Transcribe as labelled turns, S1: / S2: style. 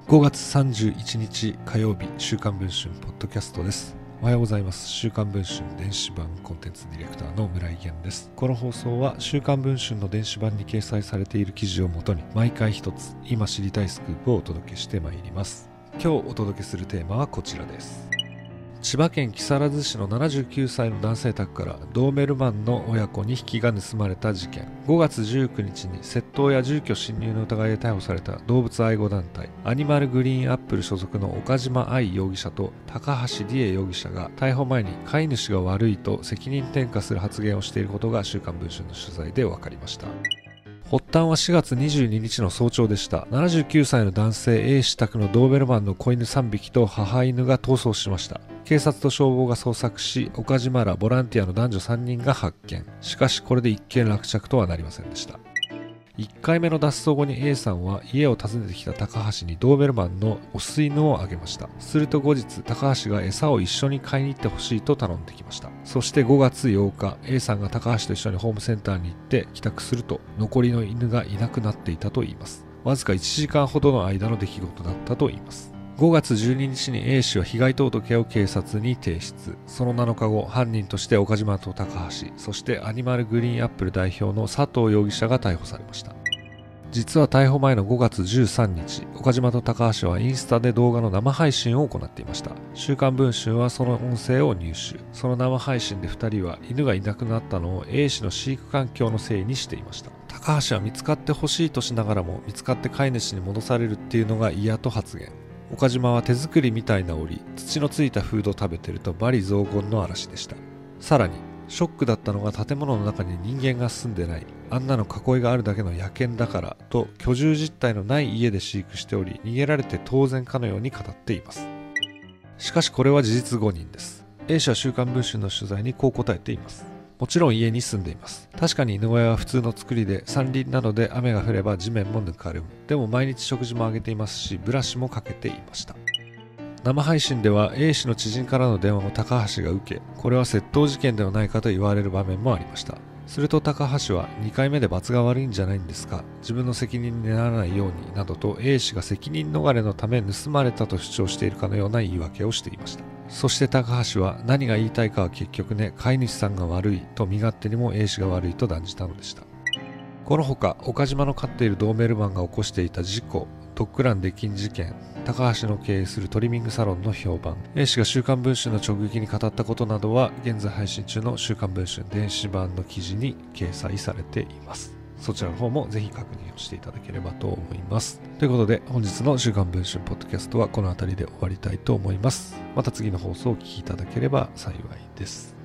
S1: 5月31日火曜日、週刊文春ポッドキャストです。おはようございます。週刊文春電子版コンテンツディレクターの村井源です。この放送は週刊文春の電子版に掲載されている記事をもとに毎回一つ今知りたいスクープをお届けしてまいります。今日お届けするテーマはこちらです。千葉県木更津市の79歳の男性宅からドーベルマンの親子2匹が盗まれた事件。5月19日に窃盗や住居侵入の疑いで逮捕された動物愛護団体アニマルグリーンアップル所属の岡島愛容疑者と高橋理恵容疑者が逮捕前に飼い主が悪いと責任転嫁する発言をしていることが週刊文春の取材で分かりました。発端は4月22日の早朝でした。79歳の男性 A 氏宅のドーベルマンの子犬3匹と母犬が逃走しました。警察と消防が捜索し、岡島らボランティアの男女3人が発見。しかしこれで一件落着とはなりませんでした。1回目の脱走後に A さんは家を訪ねてきた高橋にドーベルマンのオス犬をあげました。すると後日、高橋が餌を一緒に買いに行ってほしいと頼んできました。そして5月8日、A さんが高橋と一緒にホームセンターに行って帰宅すると、残りの犬がいなくなっていたといいます。わずか1時間ほどの間の出来事だったといいます。5月12日に A 氏は被害届を警察に提出。その7日後、犯人として岡島と高橋、そしてアニマルグリーンアップル代表の佐藤容疑者が逮捕されました。実は逮捕前の5月13日、岡島と高橋はインスタで動画の生配信を行っていました。週刊文春はその音声を入手。その生配信で2人は犬がいなくなったのを A 氏の飼育環境のせいにしていました。高橋は見つかってほしいとしながらも見つかって飼い主に戻されるっていうのが嫌と発言。岡島は手作りみたいな檻、土のついたフードを食べてると罵詈雑言の嵐でした。さらに、ショックだったのが建物の中に人間が住んでない、あんなの囲いがあるだけの野犬だからと居住実態のない家で飼育しており、逃げられて当然かのように語っています。しかしこれは事実誤認です。A 氏は週刊文春の取材にこう答えています。もちろん家に住んでいます。確かに犬小屋は普通の作りで山林なので雨が降れば地面もぬかるむ。でも毎日食事もあげていますし、ブラシもかけていました。生配信では A 氏の知人からの電話を高橋が受け、これは窃盗事件ではないかと言われる場面もありました。すると高橋は2回目で罰が悪いんじゃないんですか、自分の責任にならないようになどと A 氏が責任逃れのため盗まれたと主張しているかのような言い訳をしていました。そして高橋は何が言いたいかは結局ね、飼い主さんが悪いと身勝手にも A 氏が悪いと断じたのでした。このほか岡島の飼っているドーベルマンが起こしていた事故、ドッグラン出禁事件、高橋の経営するトリミングサロンの評判、A 氏が週刊文春の直撃に語ったことなどは現在配信中の週刊文春電子版の記事に掲載されています。そちらの方もぜひ確認をしていただければと思います。ということで本日の週刊文春ポッドキャストはこの辺りで終わりたいと思います。また次の放送をお聞きいただければ幸いです。